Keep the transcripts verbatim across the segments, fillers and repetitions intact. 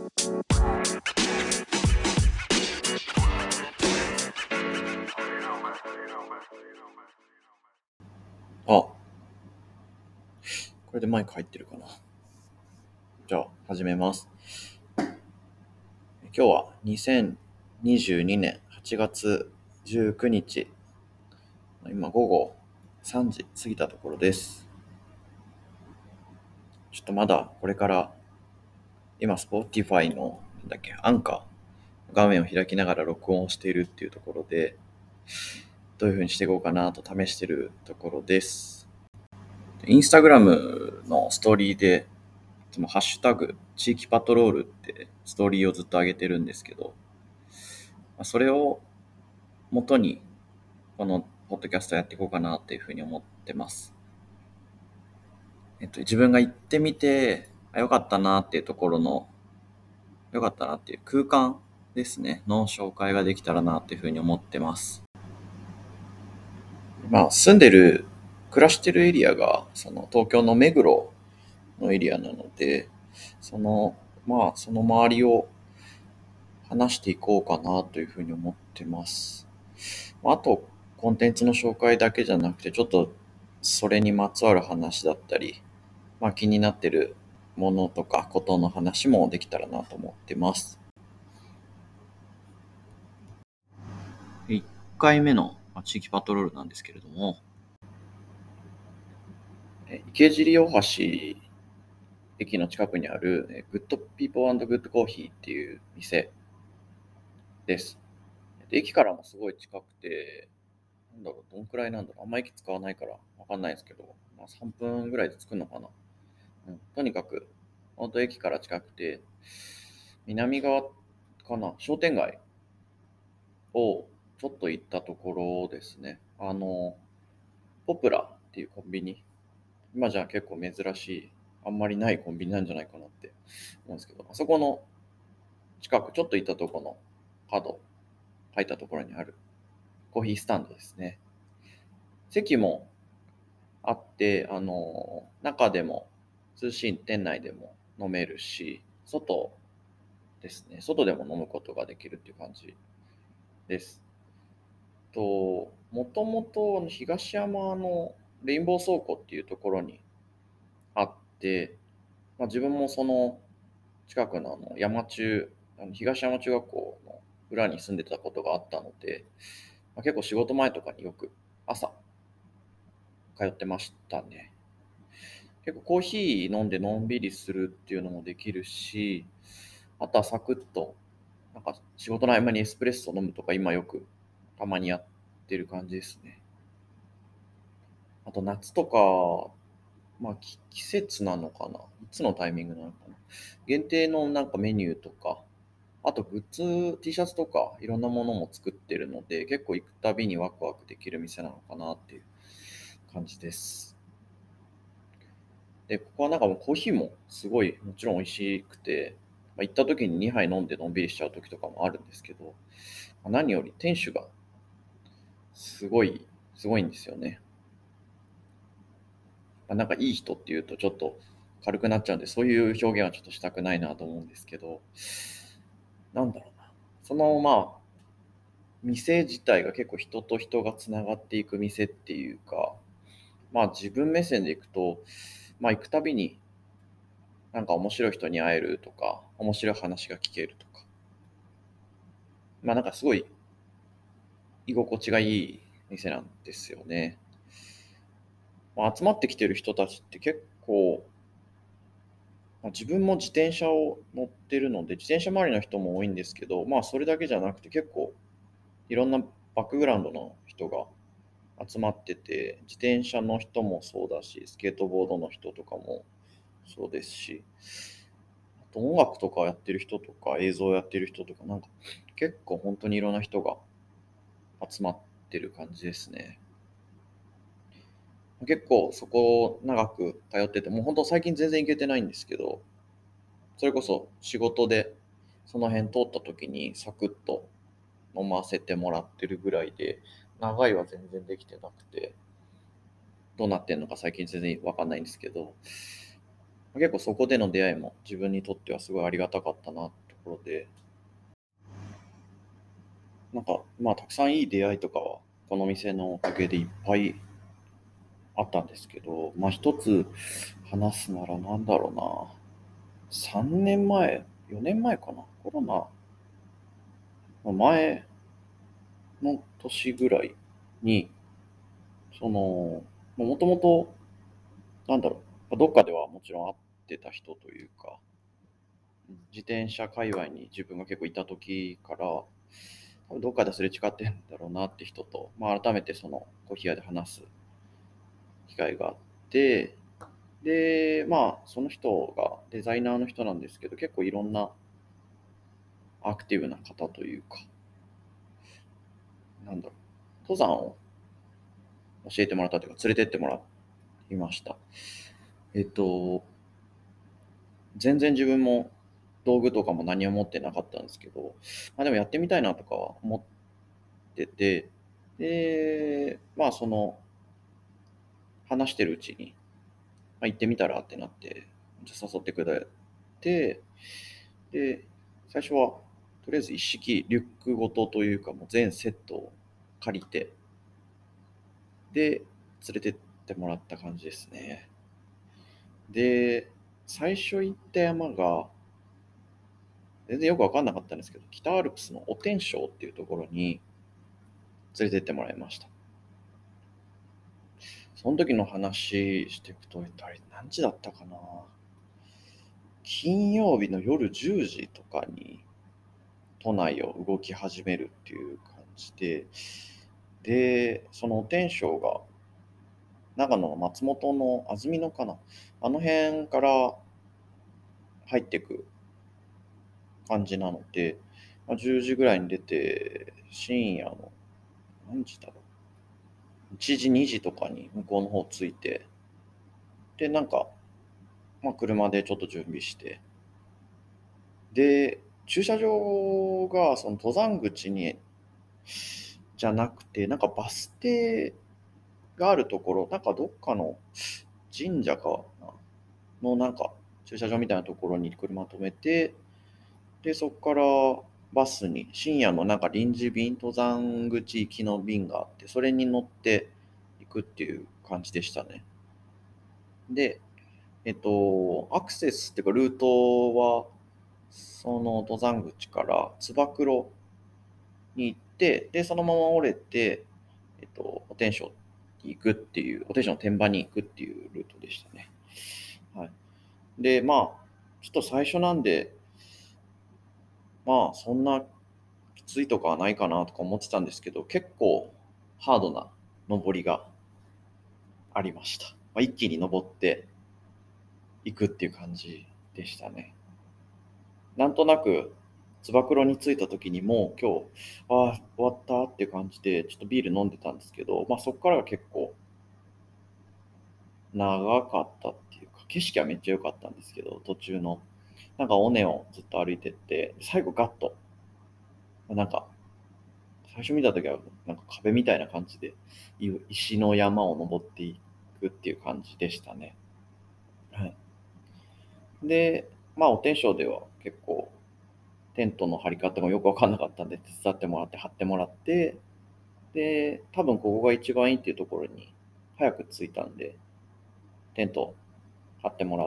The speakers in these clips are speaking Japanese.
あ、これでマイク入ってるかな。じゃあ、始めます。今日はにせんにじゅうにねんはちがつじゅうくにち、今午後さんじ過ぎたところです。ちょっとまだこれから、今 Spotify の、なんだっけ、アンカー、画面を開きながら録音をしているっていうところで、どういう風にしていこうかなと試しているところです。インスタグラムのストーリーで、いつもハッシュタグ、地域パトロールってストーリーをずっと上げてるんですけど、それを元に、このポッドキャストやっていこうかなっていうふうに思ってます。えっと、自分が行ってみて、あ、よかったなっていうところの、よかったなっていう空間ですね、の紹介ができたらなっていうふうに思ってます。まあ、住んでる、暮らしてるエリアが、その東京の目黒のエリアなので、その、まあ、その周りを話していこうかなというふうに思ってます。あと、コンテンツの紹介だけじゃなくて、ちょっとそれにまつわる話だったり、まあ、気になってるものとかことの話もできたらなと思ってます。いっかいめの地域パトロールなんですけれども、池尻大橋駅の近くにあるグッドピーポー&グッドコーヒーっていう店です。で駅からもすごい近くて、なんだろう、どんくらいなんだろう、あんま駅使わないからわかんないですけど、まあ、さんぷんぐらいで着くのかな。うん、とにかく、本当駅から近くて、南側かな、商店街をちょっと行ったところですね。あの、ポプラっていうコンビニ。今じゃ結構珍しい、あんまりないコンビニなんじゃないかなって思うんですけど、あそこの近く、ちょっと行ったところの角、入ったところにあるコーヒースタンドですね。席もあって、あの、中でも、通信店内でも飲めるし、外ですね。外でも飲むことができるっていう感じです。と、もともと東山のレインボー倉庫っていうところにあって、まあ、自分もその近くのあの山中、あの東山中学校の裏に住んでたことがあったので、まあ、結構仕事前とかによく朝通ってましたね。結構コーヒー飲んでのんびりするっていうのもできるし、あとはサクッと、なんか仕事の合間にエスプレッソ飲むとか今よくたまにやってる感じですね。あと夏とか、まあき季節なのかな、いつのタイミングなのかな。限定のなんかメニューとか、あとグッズ、T シャツとかいろんなものも作ってるので、結構行くたびにワクワクできる店なのかなっていう感じです。で、ここはなんかもうコーヒーもすごいもちろん美味しくて、まあ、行った時ににはい飲んでのんびりしちゃう時とかもあるんですけど、まあ何より店主がすごい、すごいんですよね。まあ、なんかいい人っていうとちょっと軽くなっちゃうんで、そういう表現はちょっとしたくないなと思うんですけど、なんだろうな。そのまあ、店自体が結構人と人がつながっていく店っていうか、まあ自分目線で行くと、まあ行くたびになんか面白い人に会えるとか、面白い話が聞けるとか、まあなんかすごい居心地がいい店なんですよね。まあ、集まってきてる人たちって結構、まあ、自分も自転車を乗ってるので、自転車周りの人も多いんですけど、まあそれだけじゃなくて結構いろんなバックグラウンドの人が集まってて、自転車の人もそうだし、スケートボードの人とかもそうですし、あと音楽とかやってる人とか映像やってる人とか、なんか結構本当にいろんな人が集まってる感じですね。結構そこ長く通ってて、もう本当最近全然行けてないんですけど、それこそ仕事でその辺通った時にサクッと飲ませてもらってるぐらいで、長いは全然できてなくて、どうなってんのか最近全然わかんないんですけど、 結構そこでの出会いも自分にとってはすごいありがたかったなってところで、なんか、まあ、たくさんいい出会いとかは、この店のおかげでいっぱいあったんですけど、まあ、一つ話すならなんだろうな。さんねんまえ、よねんまえかな。コロナの前の年ぐらいに、その、もともと、なんだろう、どっかではもちろん会ってた人というか、自転車界隈に自分が結構いた時から、多分どっかですれ違ってんだろうなって人と、まあ、改めてそのコーヒー屋で話す機会があって、で、まあ、その人がデザイナーの人なんですけど、結構いろんなアクティブな方というか、なんだろう、登山を教えてもらったというか、連れてってもらいました。えっと、全然自分も道具とかも何も持ってなかったんですけど、まあでもやってみたいなとかは思ってて、で、まあその、話してるうちに、まあ、行ってみたらってなって、じゃあ誘ってくれて、で、最初は、とりあえず一式リュックごとというか、もう全セットを借りて、で、連れてってもらった感じですね。で、最初行った山が、全然よくわかんなかったんですけど、北アルプスのお天正っていうところに連れてってもらいました。その時の話していくと、あれ何時だったかな。金曜日の夜じゅうじとかに都内を動き始めるっていう感じで、で、そのお天正が長野の松本の安曇野かな。あの辺から入ってく感じなので、まあ、じゅうじぐらいに出て、深夜の何時だろう。いちじ、にじとかに向こうの方着いて、で、なんか、まあ、車でちょっと準備して、で、駐車場がその登山口にじゃなくて、なんかバス停があるところ、なんかどっかの神社かなのなんか駐車場みたいなところに車止めて、で、そこからバスに深夜のなんか臨時便、登山口行きの便があって、それに乗って行くっていう感じでしたね。で、えっと、アクセスっていうかルートは、その登山口からつば九郎に行って、で、そのまま折れて、えっと、お天正に行くっていう、お天正の天場に行くっていうルートでしたね。はい。で、まあ、ちょっと最初なんで、まあ、そんなきついとかはないかなとか思ってたんですけど、結構ハードな登りがありました。まあ、一気に登っていくっていう感じでしたね。なんとなく、つば九郎に着いた時にもう今日、ああ、終わったっていう感じで、ちょっとビール飲んでたんですけど、まあそこからが結構長かったっていうか、景色はめっちゃ良かったんですけど、途中の、なんか尾根をずっと歩いてって、最後ガッと、なんか、最初見た時はなんか壁みたいな感じで、い石の山を登っていくっていう感じでしたね。はい。で、まあお天正では結構、テントの張り方もよくわかんなかったんで、手伝ってもらって張ってもらって、で、多分ここが一番いいっていうところに早く着いたんで、テント張ってもらって、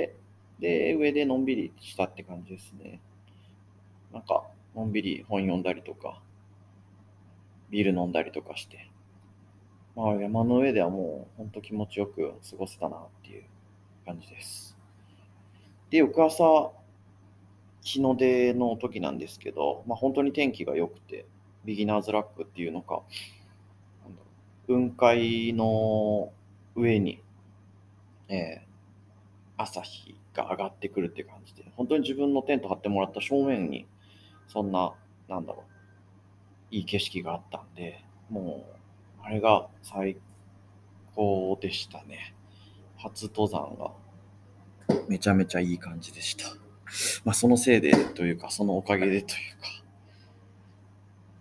で、上でのんびりしたって感じですね。なんか、のんびり本読んだりとか、ビール飲んだりとかして、まあ山の上ではもうほんと気持ちよく過ごせたなっていう感じです。で、翌朝、日の出の時なんですけど、まあ本当に天気が良くて、ビギナーズラックっていうのか、なんだろう、雲海の上に、えー朝日が上がってくるっていう感じで、本当に自分のテント張ってもらった正面に、そんな、なんだろう、いい景色があったんで、もう、あれが最高でしたね。初登山がめちゃめちゃいい感じでした。まあ、そのせいでというか、そのおかげでというか、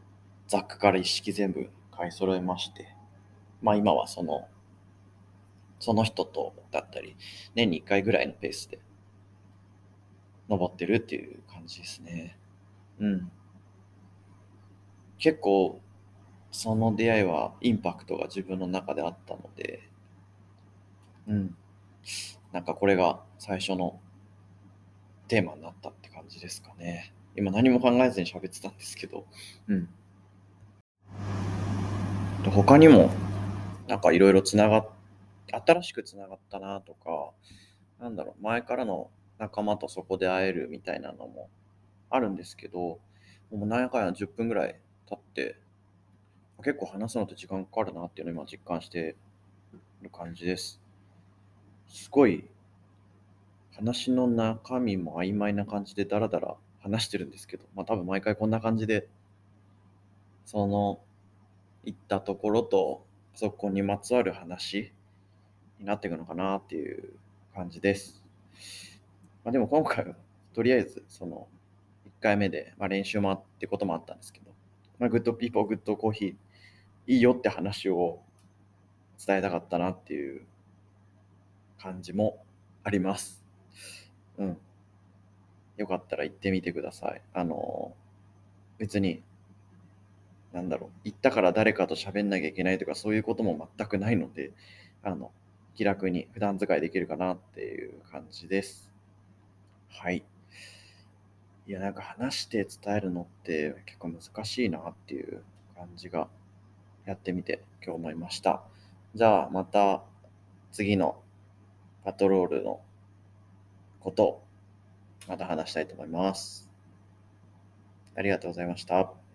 ザックから一式全部買い揃えまして、まあ今はそのその人とだったり、年にいっかいぐらいのペースで登ってるっていう感じですね。うん。結構、その出会いはインパクトが自分の中であったので、うん。なんかこれが最初のテーマになったって感じですかね。今何も考えずに喋ってたんですけど。うん。で他にも、なんかいろいろつながっ、新しくつながったなとか、なんだろう、前からの仲間とそこで会えるみたいなのもあるんですけど、もう何やかんやじゅっぷんぐらい経って、結構話すのって時間かかるなっていうのを今実感してる感じです。すごい話の中身も曖昧な感じでダラダラ話してるんですけど、まあ多分毎回こんな感じで、その行ったところとそこにまつわる話になっていくのかなっていう感じです。まあ、でも今回はとりあえずそのいっかいめで、まあ、練習もあってこともあったんですけど、まあ、グッドピーポー、グッドコーヒーいいよって話を伝えたかったなっていう感じもあります。うん。よかったら行ってみてください。あの、別に、なんだろう、行ったから誰かと喋んなきゃいけないとかそういうことも全くないので、あの、気楽に普段使いできるかなっていう感じです。はい。いや、なんか話して伝えるのって結構難しいなっていう感じがやってみて今日思いました。じゃあまた次のパトロールのことをまた話したいと思います。ありがとうございました。